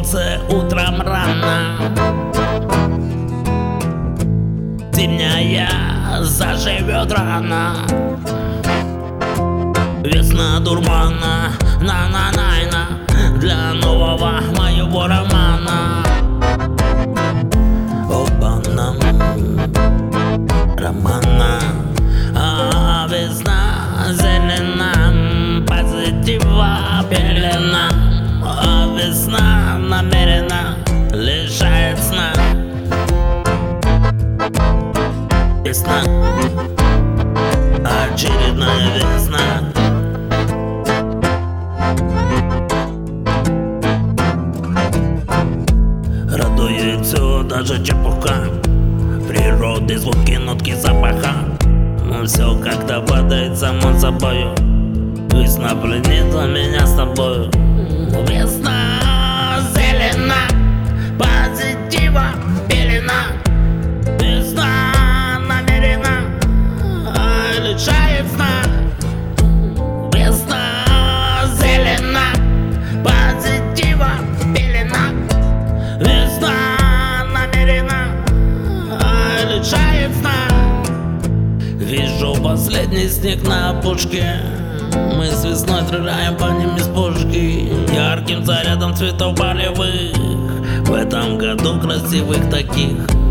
солнце утром рано, зимняя заживет рано. Весна дурмана, на-на-найна, для нового моего романа. Оба-на, романа, а весна зелена, позитива пелена, а весна намеренно лишает сна. Весна, очередная весна. Радует все, даже чепуха, природы, звуки, нотки, запаха. Но все как-то падает само собою. Весна пленила меня с тобою. Весна зелена, позитива пелена. Весна намерена лишает сна. Весна зелена, позитива пелена. Весна намерена лишает сна. Вижу последний снег на опушке. Мы с весной стреляем по ним из пушки, ярким зарядом цветов полевых. В этом году красивых таких